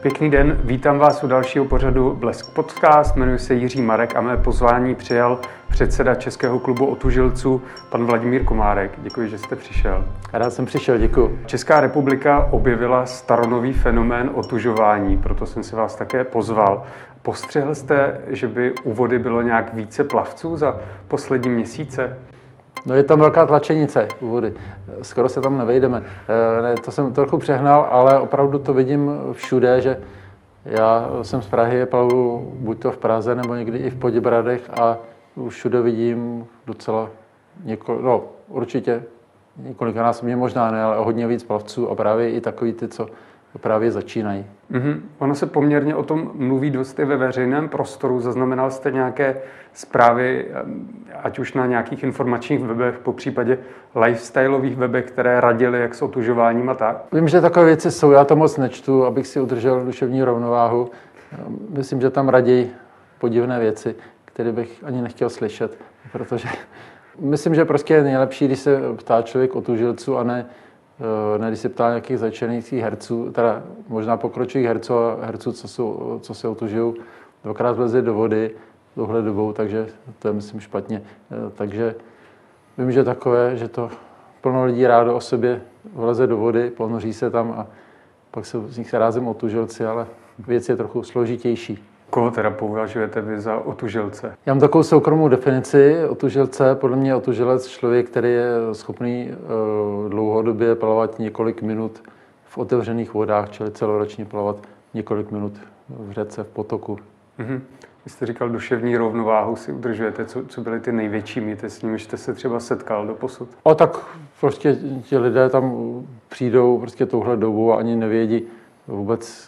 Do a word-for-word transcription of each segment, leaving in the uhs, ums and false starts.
Pěkný den, vítám vás u dalšího pořadu Blesk Podcast, jmenuji se Jiří Marek a mé pozvání přijal předseda Českého klubu otužilců, pan Vladimír Komárek. Děkuji, že jste přišel. Rád jsem přišel, děkuji. Česká republika objevila staronový fenomén otužování, proto jsem si vás také pozval. Postřehl jste, že by u vody bylo nějak více plavců za poslední měsíce? No je tam velká tlačenice u vody, skoro se tam nevejdeme. Ne, to jsem trochu přehnal, ale opravdu to vidím všude, že já jsem z Prahy, plavu buď to v Praze, nebo někdy i v Poděbradech a všude vidím docela několik, no určitě několikanásobně možná ne, ale hodně víc plavců a právě i takový ty, co právě začínají. Mm-hmm. Ono se poměrně o tom mluví dost i ve veřejném prostoru. Zaznamenal jste nějaké zprávy, ať už na nějakých informačních webech, po případě lifestyleových webech, které radily jak s otužováním a tak? Vím, že takové věci jsou, já to moc nečtu, abych si udržel duševní rovnováhu. Myslím, že tam raději podivné věci, které bych ani nechtěl slyšet, protože myslím, že prostě je nejlepší, když se ptá člověk otužilců a ne Ne, když se ptá nějakých začínajících herců, teda možná pokročilých herců a herců, co, jsou, co se otužují, dvakrát vlezli do vody touhle dobou, takže to je, myslím, špatně. Takže vím, že takové, že to plno lidí rádo o sobě vleze do vody, ponoří se tam a pak se z nich se rázem otužilci, ale věc je trochu složitější. Koho teda považujete vy za otužilce? Já mám takovou soukromou definici otužilce. Podle mě je otužilec člověk, který je schopný uh, dlouhodobě plavat několik minut v otevřených vodách, čili celoročně plavat několik minut v řece, v potoku. Mm-hmm. Vy jste říkal, duševní rovnováhu si udržujete. Co, co byly ty největší mýty, s nimi jste se třeba setkal doposud? A tak prostě ti lidé tam přijdou prostě touhle dobu a ani nevědí vůbec,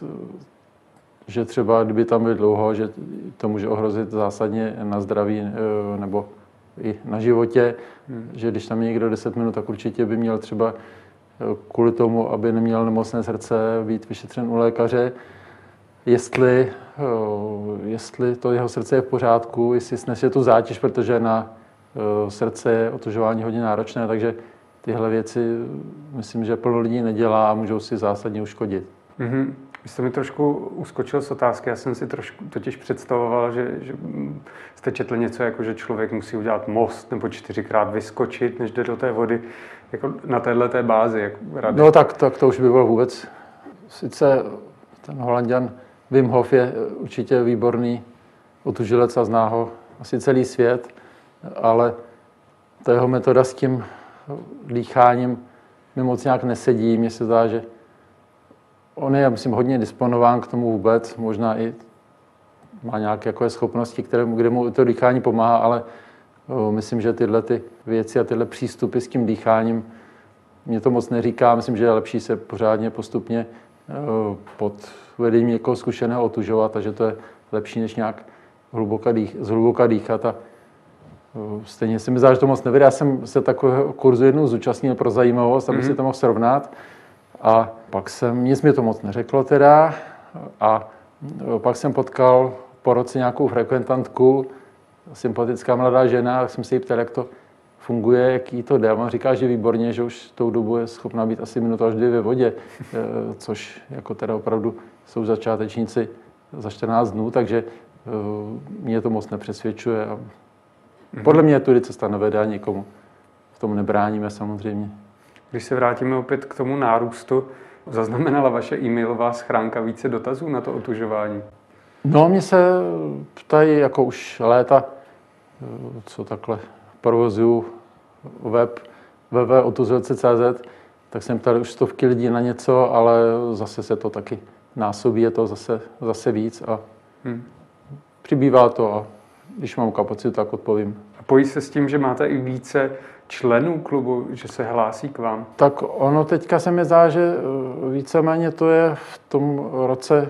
že třeba kdyby tam byl dlouho, že to může ohrozit zásadně na zdraví nebo i na životě, hmm. že když tam je někdo deset minut, tak určitě by měl třeba kvůli tomu, aby neměl nemocné srdce, být vyšetřen u lékaře, jestli, jestli to jeho srdce je v pořádku, jestli snese tu zátěž, protože na srdce je otužování hodně náročné, takže tyhle věci myslím, že plno lidí nedělá a můžou si zásadně uškodit. Mm-hmm. Vy jste mi trošku uskočil z otázky, já jsem si trošku totiž představoval, že, že jste četl něco jako, že člověk musí udělat most nebo čtyřikrát vyskočit, než jde do té vody, jako na téhleté bázi. Jak rady. No tak, tak to už by bylo vůbec. Sice ten Holanďan Wim Hof je určitě výborný otužilec a zná ho asi celý svět, ale ta jeho metoda s tím dýcháním mi moc nějak nesedí. Mně se zdá, že on je, myslím, hodně disponován k tomu vůbec, možná i má nějaké jako schopnosti, které, kde mu to dýchání pomáhá, ale o, myslím, že tyhle ty věci a tyhle přístupy s tím dýcháním mě to moc neříká. Myslím, že je lepší se pořádně postupně o, pod vedením někoho zkušeného otužovat a že to je lepší, než nějak hluboka dých, zhluboka dýchat. A, o, stejně se mi zdá, že to moc nevyjde. Já jsem se takového kurzu jednou zúčastnil pro zajímavost, abych mm-hmm. si to mohl srovnat. A pak jsem, nic mi to moc neřeklo teda a pak jsem potkal po roce nějakou frekventantku, sympatická mladá žena, a jsem se jí ptal, jak to funguje, jaký to jde. A on říká, že výborně, že už tou dobu je schopná být asi minutu až dvě ve vodě, což jako teda opravdu jsou začátečníci za čtrnáct dnů, takže mě to moc nepřesvědčuje. A podle mě tudy cesta nevede a nikomu v tom nebráníme samozřejmě. Když se vrátíme opět k tomu nárůstu, zaznamenala vaše e-mailová schránka více dotazů na to otužování? No, mě se ptají jako už léta, co takhle provozuju web w w w tečka otuzilci tečka c z, tak jsem ptal už stovky lidí na něco, ale zase se to taky násobí, je to zase, zase víc a hmm. přibývá to a když mám kapacitu, tak odpovím. A pojí se s tím, že máte i více členů klubu, že se hlásí k vám? Tak ono teďka se mi zdá, že víceméně to je v tom roce,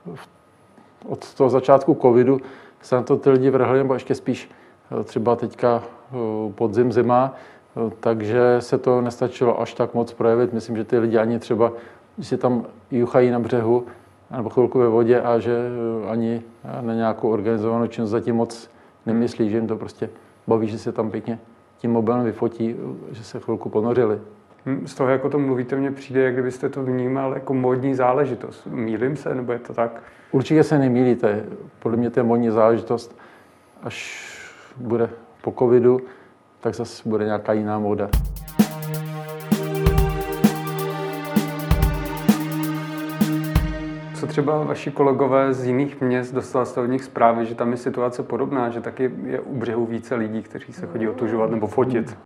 od toho začátku covidu, se na to ty lidi vrhli, nebo ještě spíš třeba teďka podzim, zima, takže se to nestačilo až tak moc projevit. Myslím, že ty lidi ani třeba, když si tam juchají na břehu, nebo chvilku ve vodě a že ani na nějakou organizovanou činnost zatím moc nemyslí, že jim to prostě baví, že se tam pěkně tím mobilem vyfotí, že se chvilku ponořili. Z toho, jak o tom mluvíte, mně přijde, jak kdybyste to vnímal jako módní záležitost. Mýlím se, nebo je to tak? Určitě se nemýlíte. Podle mě to je módní záležitost. Až bude po covidu, tak zase bude nějaká jiná móda. Co třeba vaši kolegové z jiných měst, dostala jste od nich zprávy, že tam je situace podobná, že taky je u břehu více lidí, kteří se chodí otužovat nebo fotit?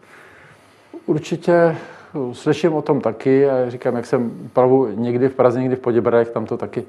Určitě slyším o tom taky a říkám, jak jsem pravu někdy v Praze, někdy v Poděbradech, tam to taky,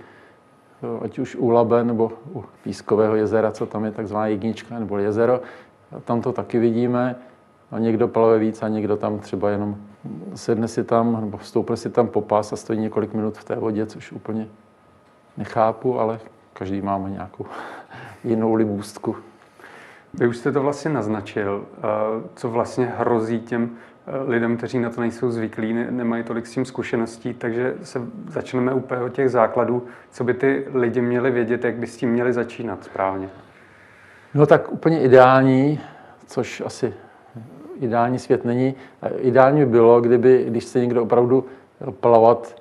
ať už u Labe nebo u Pískového jezera, co tam je takzvaná jednička nebo jezero, tam to taky vidíme. A někdo plave víc a někdo tam třeba jenom sedne si tam nebo stoupne si tam po pás a stojí několik minut v té vodě, což úplně nechápu, ale každý máme nějakou jinou libůstku. Vy už jste to vlastně naznačil, co vlastně hrozí těm lidem, kteří na to nejsou zvyklí, nemají tolik s tím zkušeností, takže se začneme úplně od těch základů. Co by ty lidi měli vědět, jak by s tím měli začínat správně? No tak úplně ideální, což asi ideální svět není. Ideální by bylo, kdyby, když se někdo opravdu plavat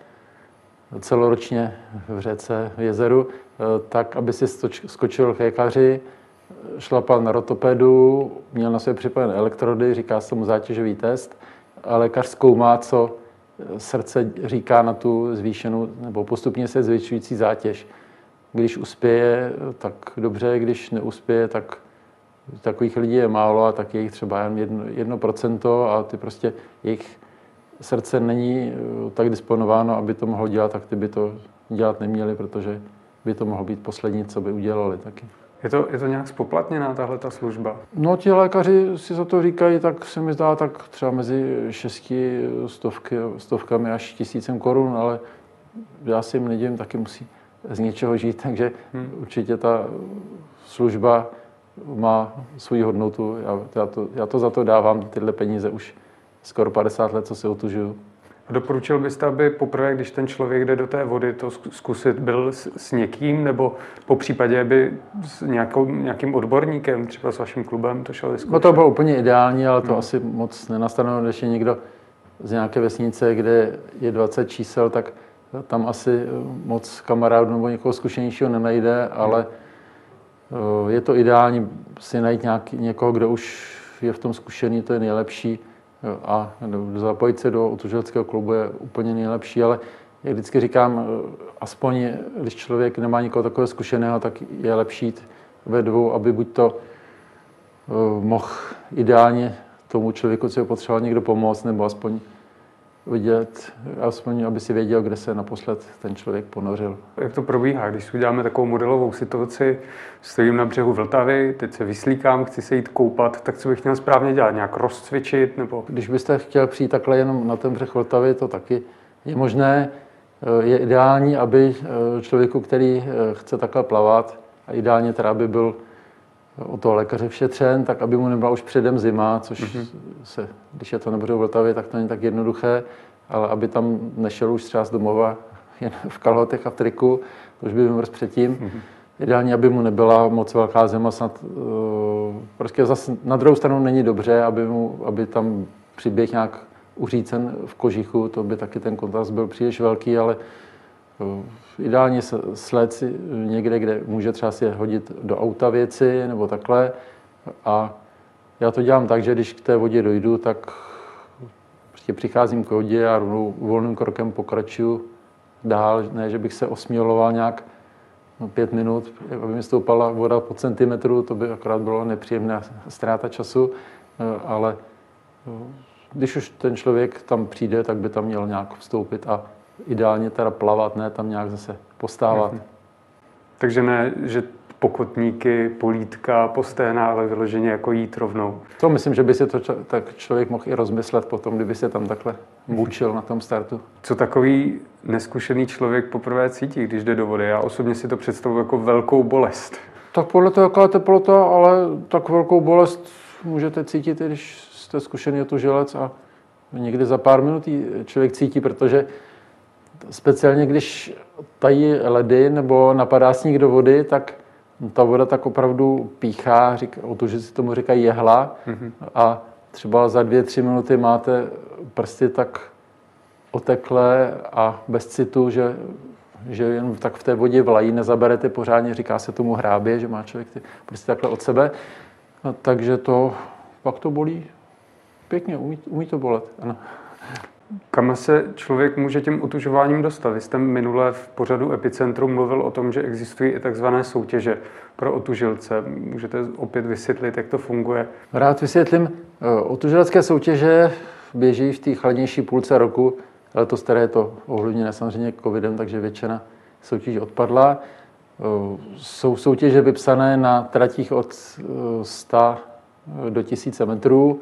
celoročně v řece, v jezeru, tak aby si skočil k lékaři, šlapal na rotopedu, měl na sobě připojené elektrody, říká se mu zátěžový test a lékař zkoumá, co srdce říká na tu zvýšenou nebo postupně se zvětšující zátěž. Když uspěje, tak dobře, když neuspěje, tak takových lidí je málo a tak je jich třeba jen jedno, jedno procento a ty prostě jejich srdce není tak disponováno, aby to mohlo dělat, tak ty by to dělat neměli, protože by to mohlo být poslední, co by udělali taky. Je to, je to nějak spoplatněná tahle ta služba? No ti lékaři si za to říkají, tak se mi zdá tak třeba mezi šesti stovky, stovkami až tisícem korun, ale já si jim nedivím, taky musí z něčeho žít, takže hmm. určitě ta služba má svoji hodnotu. Já, já, to, já to za to dávám, tyhle peníze už skoro padesát let, co si otužuju. A doporučil byste, aby poprvé, když ten člověk jde do té vody, to zkusit byl s, s někým, nebo po případě by s nějakou, nějakým odborníkem, třeba s vaším klubem, to šel vyzkoušet? No to bylo úplně ideální, ale to hmm. asi moc nenastane, když je někdo z nějaké vesnice, kde je dvacet čísel, tak tam asi moc kamarádů nebo někoho zkušenějšího nenajde, ale je to ideální si najít nějaký, někoho, kdo už je v tom zkušený, to je nejlepší. A zapojit se do otužilského klubu je úplně nejlepší, ale jak vždycky říkám, aspoň když člověk nemá nikoho takového zkušeného, tak je lepší jít ve dvou, aby buď to mohl ideálně tomu člověku, co ho potřeboval někdo pomoct, nebo aspoň vidět, aspoň aby si věděl, kde se naposled ten člověk ponořil. Jak to probíhá, když si uděláme takovou modelovou situaci, stojím na břehu Vltavy, teď se vyslíkám, chci se jít koupat, tak co bych měl správně dělat, nějak rozcvičit? Nebo... Když byste chtěl přijít takhle jenom na ten břeh Vltavy, to taky je možné. Je ideální, aby člověku, který chce takhle plavat, a ideálně teda, aby byl od toho lékaře všetřen, tak aby mu nebyla už předem zima, což mm-hmm. se, když je to na břehu Vltavy, tak to není tak jednoduché, ale aby tam nešel už třeba z domova jen v kalhotech a v triku, to už by vymrz předtím. Mm-hmm. Ideálně, aby mu nebyla moc velká zima, snad, uh, prostě zase na druhou stranu není dobře, aby, mu, aby tam přiběh nějak uřícen v kožichu, to by taky ten kontrast byl příliš velký, ale uh, ideálně sled si někde, kde může třeba si hodit do auta věci nebo takhle. A já to dělám tak, že když k té vodě dojdu, tak prostě přicházím k vodě a rovnou volným krokem pokračuju dál. Ne, že bych se osměloval nějak no, pět minut, aby mi stoupala voda po centimetru, to by akorát bylo nepříjemná ztráta času, ale když už ten člověk tam přijde, tak by tam měl nějak vstoupit a ideálně teda plavat, ne tam nějak zase postávat. Mhm. Takže ne, že pokotníky, polítka, posténa, ale vyloženě jako jít rovnou. To myslím, že by si to č- tak člověk mohl i rozmyslet potom, kdyby se tam takhle mučil na tom startu. Co takový neskušený člověk poprvé cítí, když jde do vody? Já osobně si to představuji jako velkou bolest. Tak podle toho, jaká je teplota, ale tak velkou bolest můžete cítit, když jste zkušený otužilec a někdy za pár minut člověk cítí, protože speciálně když tají ledy nebo napadá sníh do vody, tak ta voda tak opravdu píchá, otužilci si tomu říkají jehla mm-hmm. a třeba za dvě, tři minuty máte prsty tak oteklé a bez citu, že, že jen tak v té vodě vlají, nezaberete pořádně, říká se tomu hrábě, že má člověk ty, prostě takhle od sebe. A takže to, pak to bolí pěkně, umí, umí to bolet, ano. Kam se člověk může tím otužováním dostat? Vy jste minule v pořadu Epicentrum mluvil o tom, že existují i takzvané soutěže pro otužilce. Můžete opět vysvětlit, jak to funguje? Rád vysvětlím. Otužilecké soutěže běží v té chladnější půlce roku. Letos teda je to ovlivněné samozřejmě covidem, takže většina soutěží odpadla. Jsou soutěže vypsané na tratích od sto do tisíce metrů.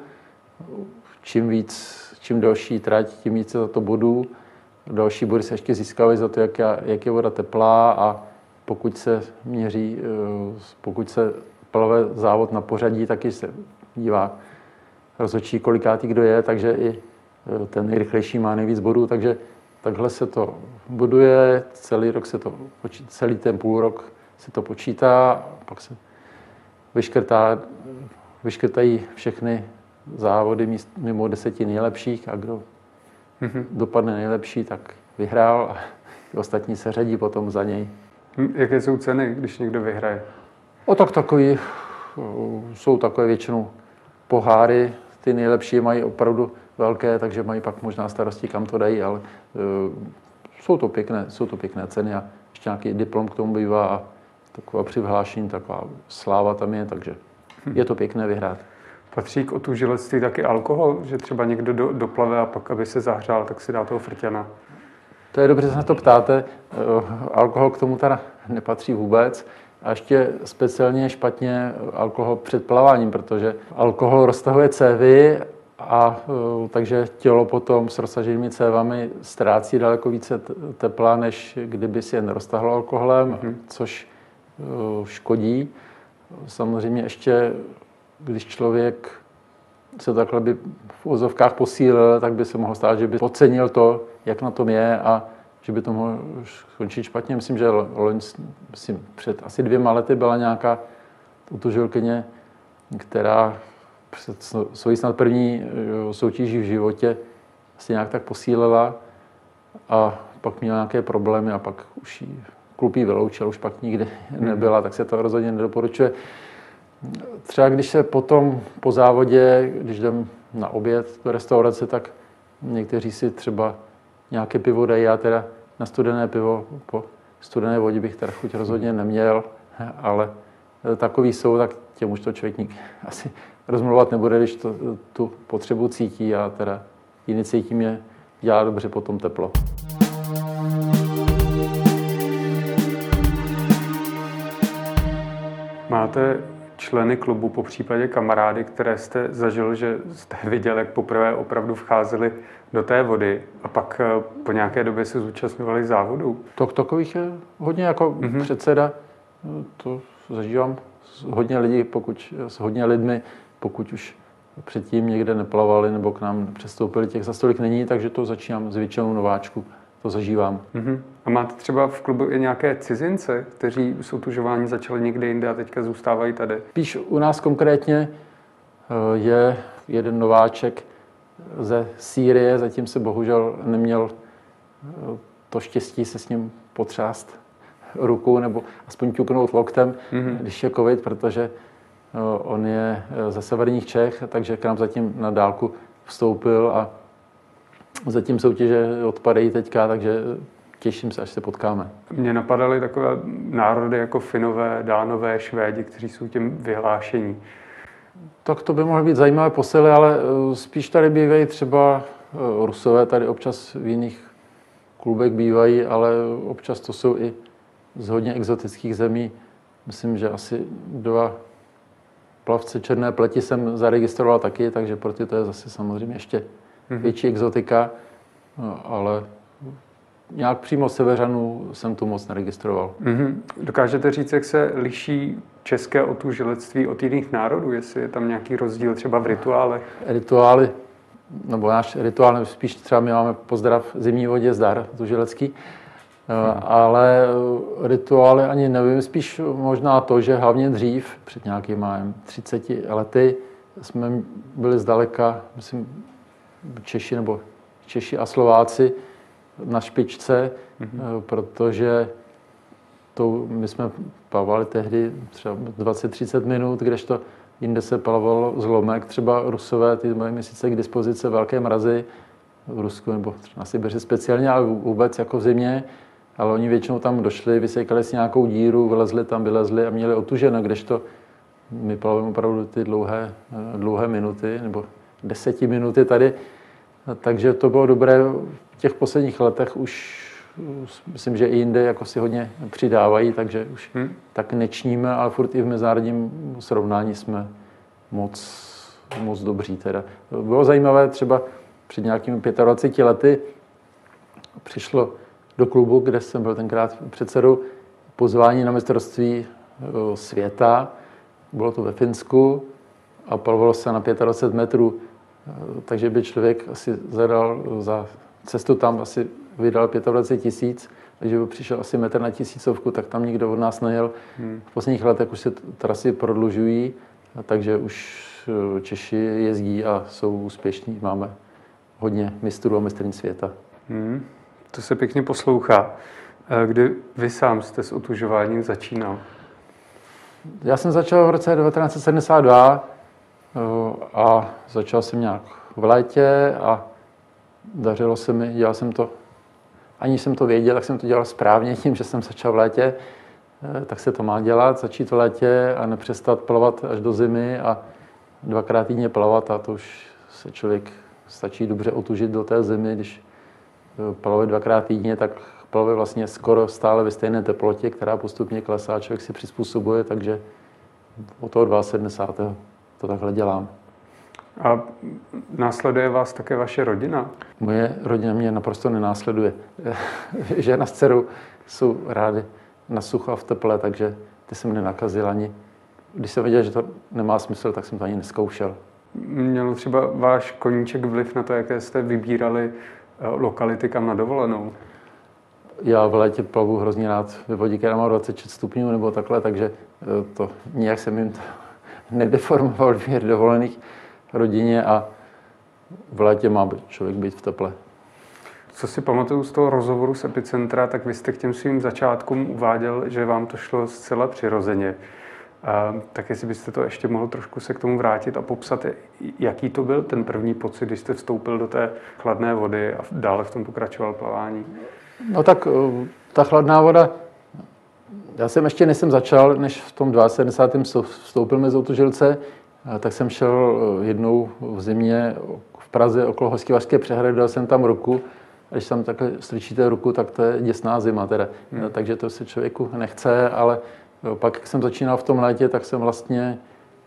Čím víc, čím delší trať, tím více za to bodů. Další body se ještě získávají za to, jak, jak je voda teplá, a pokud se měří, pokud se plave závod na pořadí, taky se dívá rozhodčí, kolikátý kdo je, takže i ten nejrychlejší má nejvíc bodů, takže takhle se to buduje, celý rok se to, celý ten půl rok se to počítá, pak se vyškrtá, vyškrtají všechny závody mimo deseti nejlepších, a kdo mm-hmm. dopadne nejlepší, tak vyhrál, a ty ostatní se řadí potom za něj. Jaké jsou ceny, když někdo vyhraje? O tak takový, jsou takové většinou poháry, ty nejlepší mají opravdu velké, takže mají pak možná starosti, kam to dají, ale uh, jsou to pěkné, jsou to pěkné ceny, a ještě nějaký diplom k tomu bývá a taková přihlášení, taková sláva tam je, takže je to pěkné vyhrát. Patří k otužilectví taky alkohol, že třeba někdo do, doplave a pak, aby se zahřál, tak si dá toho frťana? To je dobře, že se na to ptáte. Alkohol k tomu teda nepatří vůbec. A ještě speciálně špatně alkohol před plaváním, protože alkohol roztahuje cévy, a takže tělo potom s roztaženými cévami ztrácí daleko více tepla, než kdyby si jen roztahlo alkoholem, mm-hmm. což škodí. Samozřejmě ještě, když člověk se takhle by v uvozovkách posílil, tak by se mohlo stát, že by podcenil to, jak na tom je, a že by to mohlo skončit špatně. Myslím, že loň, myslím, před asi dvěma lety byla nějaká otužilkyně, která před svojí snad první soutěží v životě se nějak tak posílila, a pak měla nějaké problémy, a pak už jí klub jí vyloučil, už pak nikdy nebyla, tak se to rozhodně nedoporučuje. Třeba když se potom po závodě, když jdem na oběd do restaurace, tak někteří si třeba nějaké pivo dají. Já teda na studené pivo po studené vodě bych teda chuť rozhodně neměl, ale takový jsou, tak těm už to člověk nikdy asi rozmluvat nebude, když to, tu potřebu cítí, a teda jiný cítí mě dělá dobře potom teplo. Máte členy klubu, po případě kamarády, které jste zažil, že jste viděl, jak poprvé opravdu vcházeli do té vody a pak po nějaké době se zúčastňovali závodů? To, takových je hodně, jako mm-hmm. předseda, to zažívám hodně lidí, pokud, s hodně lidmi, pokud už předtím někde neplavali nebo k nám přestoupili, těch za stolik není, takže to začínám s většinou nováčku. To zažívám. Mm-hmm. A máte třeba v klubu i nějaké cizince, kteří jsou tužování začali někde jinde a teďka zůstávají tady? Spíš u nás konkrétně je jeden nováček ze Sýrie, zatím se bohužel neměl to štěstí se s ním potřást rukou nebo aspoň ťuknout loktem, mm-hmm. když je covid, protože on je ze severních Čech, takže k nám zatím na dálku vstoupil, a zatím soutěže odpadají teďka, takže těším se, až se potkáme. Mě napadaly takové národy jako Finové, Dánové, Švédi, kteří jsou tím vyhlášení. Tak to by mohly být zajímavé posily, ale spíš tady bývají třeba Rusové, tady občas v jiných klubech bývají, ale občas to jsou i z hodně exotických zemí. Myslím, že asi dva plavce černé pleti jsem zaregistroval taky, takže pro ty to je zase samozřejmě ještě mm-hmm. větší exotika, ale nějak přímo severanů jsem tu moc neregistroval. Mm-hmm. Dokážete říct, jak se liší české otužilectví od jiných národů? Jestli je tam nějaký rozdíl třeba v rituálech? Rituály, nebo náš rituál, spíš třeba my máme pozdrav zimní vodě, zdar otužilecký, mm. ale rituály ani nevím, spíš možná to, že hlavně dřív, před nějakýma třiceti lety, jsme byli zdaleka, myslím, Češi nebo Češi a Slováci na špičce, mm-hmm. protože to, my jsme plavali tehdy třeba dvacet třicet minut, kdežto jinde se plavalo zlomek. Třeba Rusové, ty mají sice k dispozici velké mrazy v Rusku nebo na Sibiři speciálně, ale vůbec jako v zimě, ale oni většinou tam došli, vysekali si nějakou díru, vylezli tam, vylezli a měli otuženo, kdežto my plavíme opravdu ty dlouhé, dlouhé minuty, nebo deseti minuty tady. Takže to bylo dobré. V těch posledních letech už myslím, že i jinde jako si hodně přidávají, takže už hmm. tak nečníme, ale furt i v mezinárodním srovnání jsme moc, moc dobří. Teda. Bylo zajímavé, třeba před nějakými dvaceti pěti lety přišlo do klubu, kde jsem byl tenkrát předsedou, pozvání na mistrovství světa. Bylo to ve Finsku a plavalo se na dvacet pět metrů, takže by člověk asi zadal za cestu tam, asi vydal dvacet pět tisíc, takže by přišel asi metr na tisícovku, tak tam nikdo od nás nejel. Hmm. V posledních letech už se trasy prodlužují, takže už Češi jezdí a jsou úspěšní. Máme hodně mistrů a mistryň světa. Hmm. To se pěkně poslouchá. Kdy vy sám jste s otužováním začínal? Já jsem začal v roce devatenáct set sedmdesát dva a začal jsem nějak v létě a dařilo se mi, dělal jsem to, ani jsem to věděl, tak jsem to dělal správně tím, že jsem začal v létě, tak se to má dělat, začít v létě a nepřestat plavat až do zimy a dvakrát týdně plavat a to už se člověk stačí dobře otužit do té zimy, když plavuje dvakrát týdně, tak plavuje vlastně skoro stále ve stejné teplotě, která postupně klesá, člověk si přizpůsobuje, takže od toho sedmdesátého druhého to takhle dělám. A následuje vás také vaše rodina? Moje rodina mě naprosto nenásleduje. Žena s dcerou jsou rádi na sucho a v teple, takže ty jsem nenakazil ani. Když jsem věděl, že to nemá smysl, tak jsem to ani neskoušel. Měl třeba váš koníček vliv na to, jaké jste vybírali lokality kam na dovolenou? Já v létě plavu hrozně rád ve vodě, která má dvacet šest stupňů nebo takhle, takže to nijak jsem jim to nedeformoval výběr dovolených rodině a v létě má člověk být v teple. Co si pamatuju z toho rozhovoru z Epicentra, tak vy jste k těm svým začátkům uváděl, že vám to šlo zcela přirozeně. A, tak jestli byste to ještě mohl trošku se k tomu vrátit a popsat, jaký to byl ten první pocit, když jste vstoupil do té chladné vody a dále v tom pokračoval plavání? No tak ta chladná voda, já jsem ještě než jsem začal, než v tom sedmdesátém druhém vstoupil mezi otužilce, tak jsem šel jednou v zimě v Praze okolo Hostivařské přehrady, dal jsem tam ruku. A když tam takhle strčíte ruku, tak to je děsná zima teda. Hmm. Takže to se člověku nechce, ale pak, jak jsem začínal v tom létě, tak jsem vlastně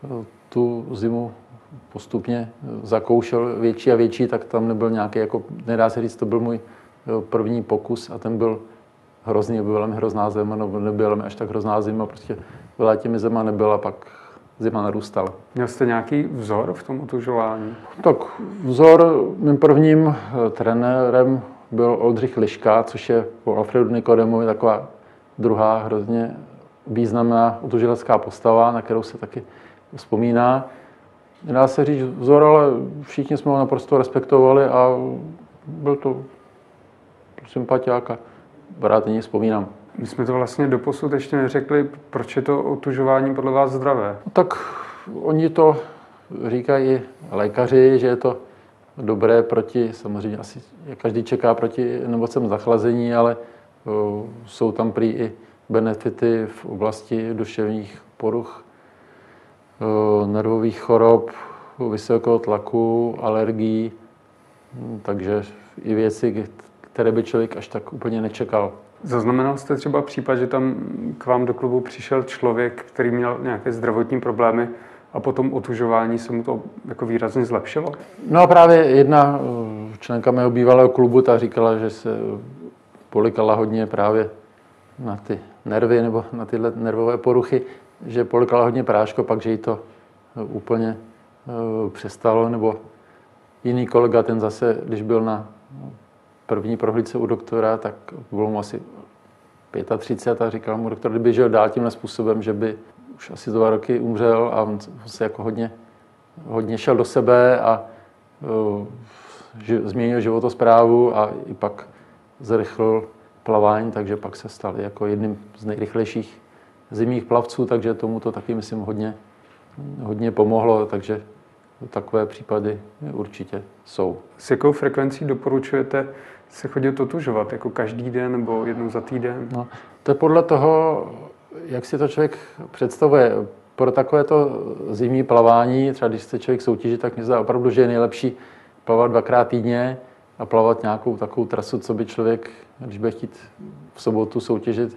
tu zimu postupně zakoušel větší a větší, tak tam nebyl nějaký, jako nedá se říct, to byl můj první pokus a ten byl hrozný, byla mi hrozná zima, no nebyla mi až tak hrozná zima, prostě v létě mi zima nebyla, pak zima narůstala. Měl jste nějaký vzor v tom otužování? Tak vzor, mým prvním trenérem byl Oldřich Liška, což je po Alfredu Nikodemovi taková druhá hrozně významná otužilecká postava, na kterou se taky vzpomíná. Nedá se říct vzor, ale všichni jsme ho naprosto respektovali a byl to sympatiák a rád na něj vzpomínám. My jsme to vlastně doposud ještě neřekli, proč je to otužování podle vás zdravé? No, tak oni to říkají lékaři, že je to dobré proti, samozřejmě asi každý čeká proti nemocem zachlazení, ale o, jsou tam prý i benefity v oblasti duševních poruch, o, nervových chorob, vysokého tlaku, alergií, takže i věci, které by člověk až tak úplně nečekal. Zaznamenal jste třeba případ, že tam k vám do klubu přišel člověk, který měl nějaké zdravotní problémy a po tom otužování se mu to jako výrazně zlepšilo? No a právě jedna členka mého bývalého klubu, ta říkala, že se polikala hodně právě na ty nervy nebo na tyhle nervové poruchy, že polikala hodně práško, pak že jí to úplně přestalo, nebo jiný kolega, ten zase, když byl na první prohlídce u doktora, tak bylo mu asi třicet pět a říkal mu doktor, kdyby žil dál tímhle způsobem, že by už asi dva roky umřel a on se jako hodně, hodně šel do sebe a uh, ži, změnil životosprávu a i pak zrychlil plavání, takže pak se stal jako jedním z nejrychlejších zimních plavců, takže tomu to taky, myslím, hodně, hodně pomohlo, takže takové případy určitě jsou. S jakou frekvencí doporučujete se chodit otužovat? Jako každý den nebo jednou za týden? No, to je podle toho, jak si to člověk představuje. Pro takovéto zimní plavání, třeba když chce člověk soutěžit, tak mi zdá opravdu, že je nejlepší plavat dvakrát týdně a plavat nějakou takovou trasu, co by člověk, když bude chtít v sobotu soutěžit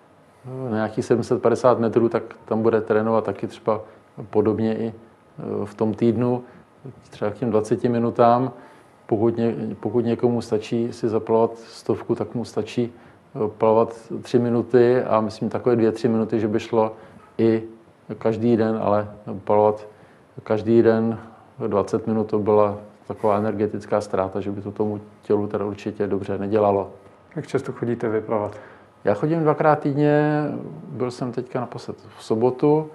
na nějakých sedm set padesát metrů, tak tam bude trénovat taky třeba podobně i v tom týdnu, třeba k těm dvaceti minutám. Pokud, ně, pokud někomu stačí si zaplavat stovku, tak mu stačí plavat tři minuty a myslím takové dvě, tři minuty, že by šlo i každý den, ale plavat každý den dvacet minut, to byla taková energetická ztráta, že by to tomu tělu teda určitě dobře nedělalo. Jak často chodíte vyplavat? Já chodím dvakrát týdně, byl jsem teďka naposled v sobotu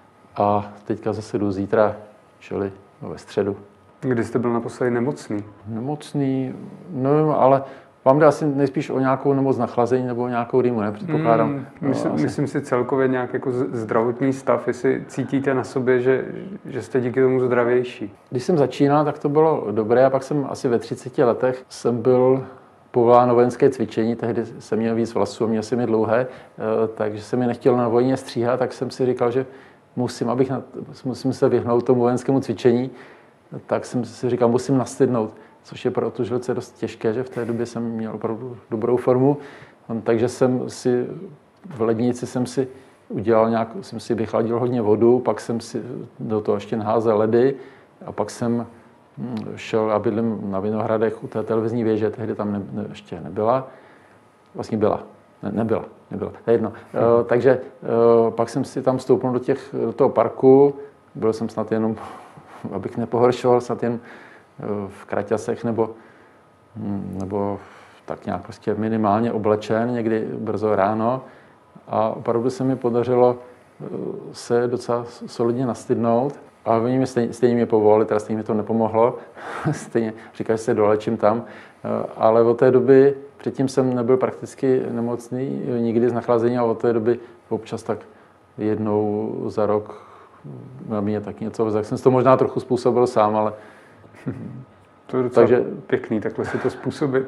a teďka zase jdu zítra, čili ve středu. Kdy jste byl naposledy nemocný? Nemocný, nevím, ale vám jde asi nejspíš o nějakou nemoc nachlazení nebo o nějakou rýmu, nepředpokládám. Hmm, myslím, no, myslím si celkově nějak jako zdravotní stav, jestli cítíte na sobě, že, že jste díky tomu zdravější. Když jsem začínal, tak to bylo dobré a pak jsem asi ve třiceti letech jsem byl povolán na vojenské cvičení, tehdy jsem měl víc vlasů a měl jsem je dlouhé, takže jsem je nechtěl na vojně stříhat, tak jsem si říkal, že musím, abych na, musím se vyhnout tomu vojenskému cvičení, tak jsem si říkal, musím nastydnout, což je pro otužilce dost těžké, že v té době jsem měl opravdu dobrou formu, takže jsem si v lednici jsem si udělal nějak, jsem si vychladil hodně vodu, pak jsem si do toho ještě naházel ledy a pak jsem šel a bydlím na Vinohradech u té televizní věže, tehdy tam ne, ne, ještě nebyla, vlastně byla, ne, nebyla, nebyla, to je jedno. Mm. Uh, takže uh, pak jsem si tam vstoupil do, těch, do toho parku, byl jsem snad jenom, abych nepohoršoval, snad jen uh, v kraťasech nebo, nebo tak nějak prostě minimálně oblečen, někdy brzo ráno a opravdu se mi podařilo uh, se docela solidně nastydnout. A oni mi stejně, stejně mě povolili, teda stejně mi to nepomohlo, stejně říkali, že se dolečím tam, ale od té doby, předtím jsem nebyl prakticky nemocný nikdy z nachlazení a od té doby občas tak jednou za rok na mě tak něco, tak jsem si to možná trochu způsobil sám, ale... To je docela takže... pěkný, takhle si to způsobit.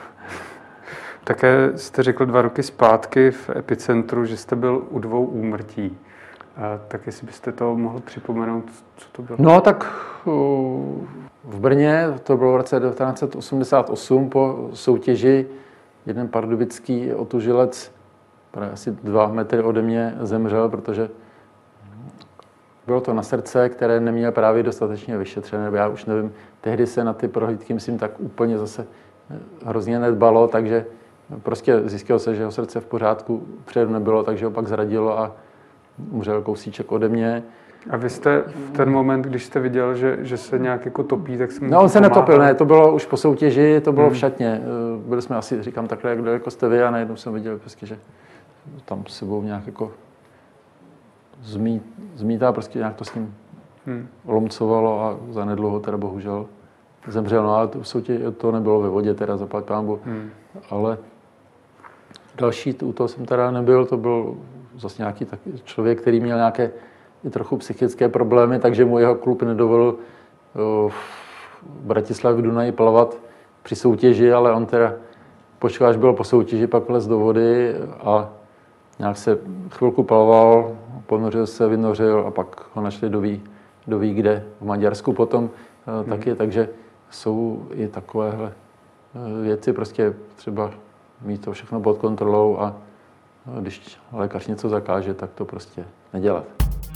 Také jste řekl dva roky zpátky v Epicentru, že jste byl u dvou úmrtí. A tak jestli byste to mohl připomenout, co to bylo? No tak v Brně, to bylo v roce devatenáct set osmdesát osm, po soutěži jeden pardubický otužilec, asi dva metry ode mě, zemřel, protože bylo to na srdce, které neměl právě dostatečně vyšetřené. Já už nevím, tehdy se na ty prohlídky, myslím, tak úplně zase hrozně nedbalo, takže prostě zjistilo se, že jeho srdce v pořádku předu nebylo, takže ho pak zradilo a umřel kousíček ode mě. A vy jste v ten moment, když jste viděl, že, že se nějak jako topí, tak jsem... No on se pomáhal. Netopil, ne, to bylo už po soutěži, to bylo hmm. v šatně. Byli jsme asi, říkám takhle, jak daleko jste vy a najednou jsem viděl, prostě, že tam s sebou nějak jako zmí, zmítá, prostě nějak to s ním hmm. lomcovalo a zanedlouho teda bohužel zemřel. No ale to, v soutěži to nebylo ve vodě, teda zaplať pánbu, hmm. ale další, u toho jsem teda nebyl, to byl zase nějaký taky člověk, který měl nějaké i trochu psychické problémy, takže mu jeho klub nedovolil v Bratislavě v Dunaji plavat při soutěži, ale on teda počkal, až byl po soutěži, pak vlez do vody a nějak se chvilku plaval, ponořil se, vynořil a pak ho našli do ví, do ví kde, v Maďarsku potom hmm. taky, takže jsou i takovéhle věci, prostě třeba mít to všechno pod kontrolou a když lékař něco zakáže, tak to prostě nedělat.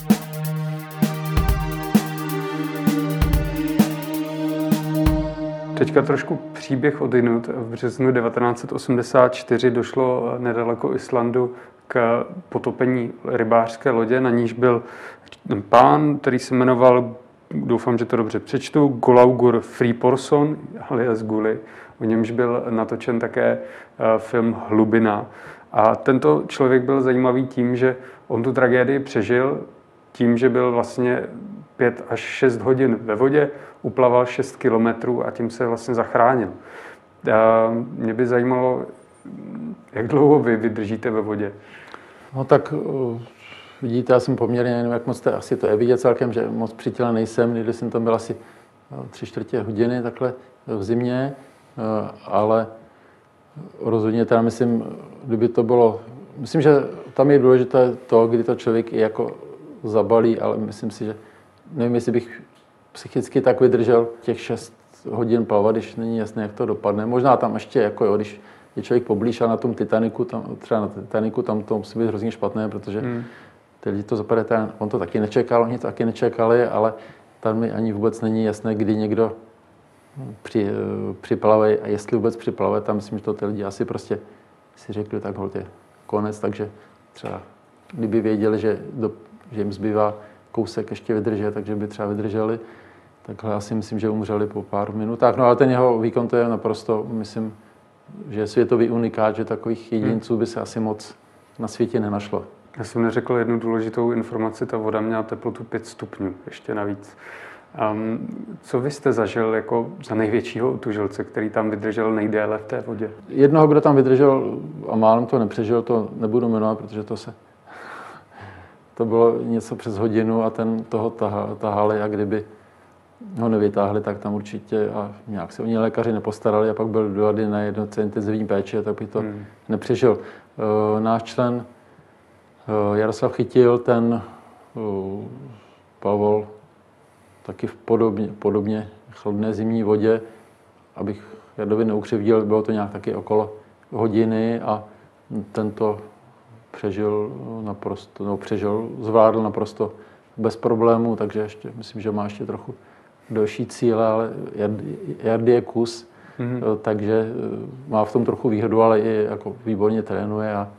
Teďka trošku příběh odjinud. V březnu devatenáct set osmdesát čtyři došlo nedaleko Islandu k potopení rybářské lodě, na níž byl pán, který se jmenoval, doufám, že to dobře přečtu, Gulaugur Friðriksson, alias Gulli. O němž byl natočen také film Hlubina. A tento člověk byl zajímavý tím, že on tu tragédii přežil tím, že byl vlastně pět až šest hodin ve vodě, uplaval šest kilometrů a tím se vlastně zachránil. A mě by zajímalo, jak dlouho vy vydržíte ve vodě? No tak vidíte, já jsem poměrně, nevím, jak moc to, asi to je vidět celkem, že moc při těle nejsem, když jsem tam byl asi tři čtvrtě hodiny takhle v zimě, ale rozhodně teda myslím, kdyby to bylo, myslím, že tam je důležité to, kdy to člověk i jako zabalí, ale myslím si, že nevím, jestli bych psychicky tak vydržel těch šest hodin plavat, když není jasné, jak to dopadne. Možná tam ještě, jako jo, když je člověk poblíž a na tom Titaniku, tam, třeba na Titaniku, tam to musí být hrozně špatné, protože hmm. ty lidi to zapadá, on to taky nečekal, oni to taky nečekali, ale tam mi ani vůbec není jasné, kdy někdo při, připlave a jestli vůbec připlave, tam myslím, že to ty lidi asi prostě si řekli, tak holt je konec, takže třeba kdyby věděli, že, do, že jim zbývá kousek ještě vydržet, takže by třeba vydrželi, takhle asi myslím, že umřeli po pár minutách. No ale ten jeho výkon to je naprosto, myslím, že je světový unikát, že takových jedinců by se asi moc na světě nenašlo. Já jsem neřekl jednu důležitou informaci, ta voda měla teplotu pět stupňů, ještě navíc. Um, co vy jste zažil jako za největšího otužilce, který tam vydržel nejdéle v té vodě? Jednoho, kdo tam vydržel a málem to nepřežil, to nebudu jmenovat, protože to se... To bylo něco přes hodinu a ten toho tahali a kdyby ho nevytáhli, tak tam určitě a nějak se o něj lékaři nepostarali a pak byl dva dny na jednotce intenzivní péče, tak by to hmm. nepřežil. E, náš člen e, Jaroslav Chytil, ten e, Pavol, taky v podobně, podobně chladné zimní vodě, abych Jardovi neukřivdil, bylo to nějak taky okolo hodiny a tento přežil naprosto, no přežil, zvládl naprosto bez problémů, takže ještě, myslím, že má ještě trochu delší cíle, ale Jardy je kus, mm-hmm. takže má v tom trochu výhodu, ale i jako výborně trénuje a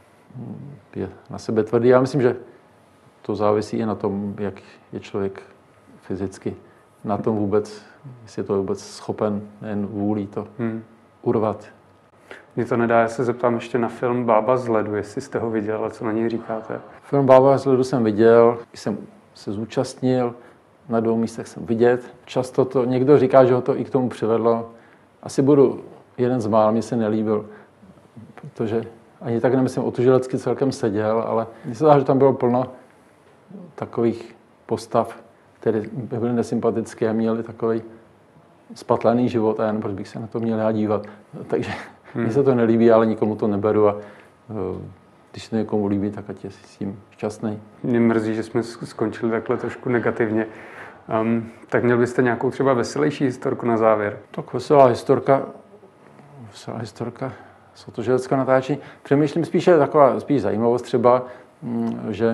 je na sebe tvrdý. Já myslím, že to závisí i na tom, jak je člověk fyzicky na tom vůbec, jestli je to vůbec schopen, nejen vůlí to hmm. urvat. Mně to nedá, já se zeptám ještě na film Bába z ledu, jestli jste ho viděl a co na něj říkáte. Film Bába z ledu jsem viděl, jsem se zúčastnil, na dvou místech jsem vidět. Často to, někdo říká, že ho to i k tomu přivedlo. Asi budu jeden z mála, mně se nelíbil, protože ani tak nemyslím, otužilecky celkem seděl, ale mně se zdá, že tam bylo plno takových postav, které byly nesympatické a měly takový spatlaný život a jen proč bych se na to měl já dívat. Takže hmm. mně se to nelíbí, ale nikomu to neberu a když se to někomu líbí, tak ať je s tím šťastný. Mě mrzí, že jsme skončili takhle trošku negativně. Um, tak měl byste nějakou třeba veselější historku na závěr? Tak veselá historka, veselá historka z otužileckého natáčení. Přemýšlím spíše taková spíš zajímavost třeba, že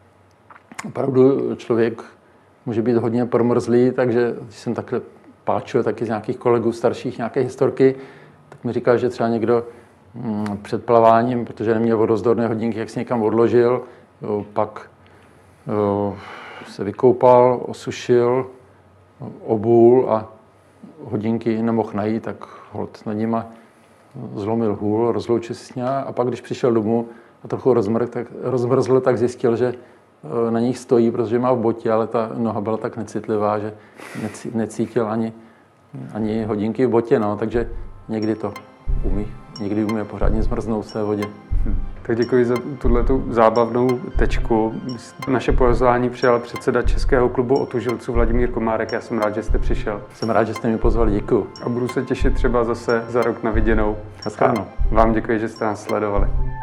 opravdu člověk může být hodně promrzlý, takže když jsem takhle páčil taky z nějakých kolegů starších nějaké historky, tak mi říkal, že třeba někdo před plaváním, protože neměl vodozdorné hodinky, jak si někam odložil, pak se vykoupal, osušil, obul a hodinky nemohl najít, tak holt nad nima zlomil hůl, rozloučil se s ním a pak, když přišel domů a trochu rozmrzl, tak, rozmrzl, tak zjistil, že na nich stojí, protože má v botě, ale ta noha byla tak necitlivá, že necítil ani, ani hodinky v botě, no, takže někdy to umí, někdy umí pořádně zmrznout v té vodě. Hm. Tak děkuji za tuhletu zábavnou tečku. Naše pozvání přijal předseda Českého klubu otužilců Vladimír Komárek. Já jsem rád, že jste přišel. Jsem rád, že jste mě pozvali, děkuji. A budu se těšit třeba zase za rok na viděnou. Naschledanou. Vám děkuji, že jste nás sledovali.